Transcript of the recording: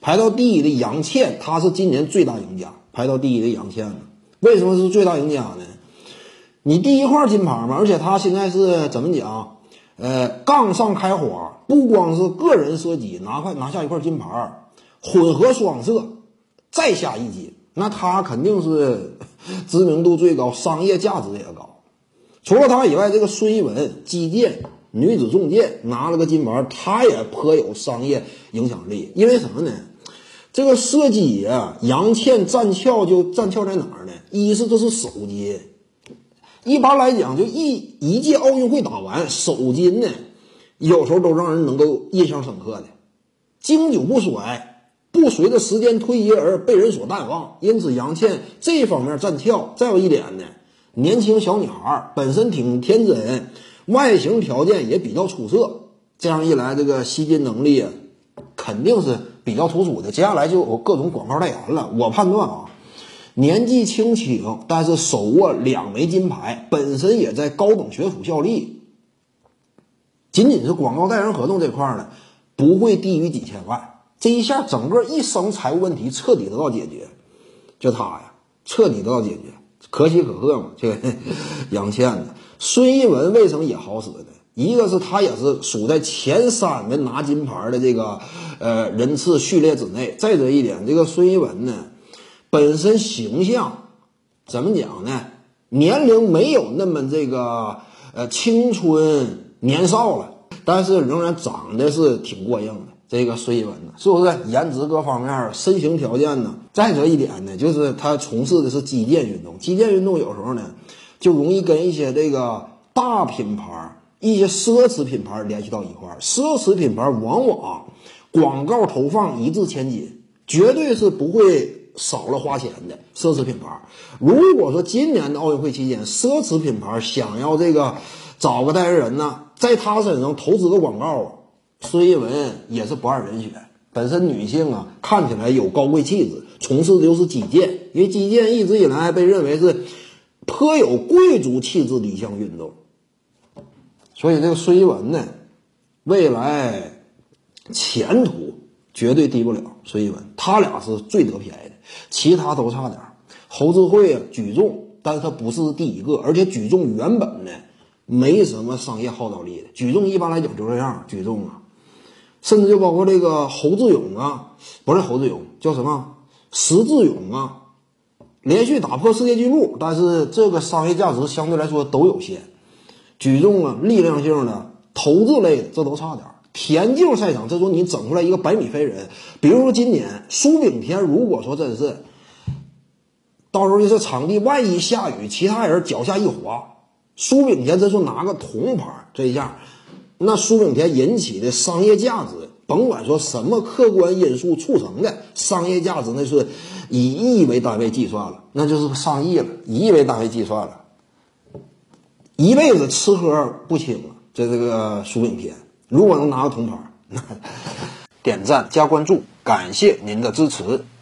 排到第一的杨倩，她是今年最大赢家。排到第一的杨倩呢，为什么是最大赢家呢？你第一块金牌嘛，而且她现在是怎么讲？杠上开花，不光是个人射击拿下一块金牌，混合双射再下一金，那她肯定是知名度最高，商业价值也高。除了她以外，这个孙一文击剑女子重剑拿了个金牌，她也颇有商业影响力。因为什么呢？这个射击啊，杨倩站翘就站翘在哪儿呢？一是这是首金，一般来讲就一届奥运会打完，首金呢有时候都让人能够印象深刻的，经久不衰，不随着时间推移而被人所淡忘。因此杨倩这方面站翘。再有一点呢，年轻小女孩本身挺天真，外形条件也比较出色，这样一来这个吸金能力肯定是比较突出的。接下来就有各种广告代言了。我判断啊，年纪轻轻但是手握2枚金牌，本身也在高等学府效力，仅仅是广告代言合同这块呢，不会低于几千万。这一下整个一生财务问题彻底得到解决，就他呀彻底得到解决，可喜可贺嘛。这个杨倩呢，孙一文为什么也好使呢？一个是他也是属在前3名拿金牌的这个人次序列之内。再者一点，这个孙一文呢本身形象怎么讲呢？年龄没有那么这个青春年少了，但是仍然长得是挺过硬的。这个孙一文呢，是不是颜值各方面身形条件呢？再者一点呢，就是他从事的是击剑运动。击剑运动有时候呢就容易跟一些这个大品牌、一些奢侈品牌联系到一块儿。奢侈品牌往往广告投放一掷千金，绝对是不会少了花钱的奢侈品牌。如果说今年的奥运会期间，奢侈品牌想要这个找个代言人呢，在他身上投资个广告啊，孙一文也是不二人选。本身女性啊看起来有高贵气质，从事的就是击剑，因为击剑一直以来被认为是颇有贵族气质的一项运动。所以这个孙一文呢，未来前途绝对低不了孙一文，他俩是最得便宜的，其他都差点。侯智慧啊举重，但是他不是第一个，而且举重原本呢没什么商业号召力的，举重一般来讲就这样，举重啊，甚至就包括这个侯志勇啊，不是侯志勇，叫什么石志勇啊，连续打破世界纪录，但是这个商业价值相对来说都有限。举重啊，力量性的投资类的这都差点。田径赛场，这时候你整出来一个100米飞人，比如说今年苏炳添，如果说真是到时候就是场地万一下雨，其他人脚下一滑，苏炳添这时候拿个铜牌，这一下那苏炳添引起的商业价值，甭管说什么客观因素促成的商业价值，那是以亿为单位计算了，那就是上亿了，以亿为单位计算了，一辈子吃喝不清了。这个苏炳添如果能拿个铜牌，点赞加关注，感谢您的支持。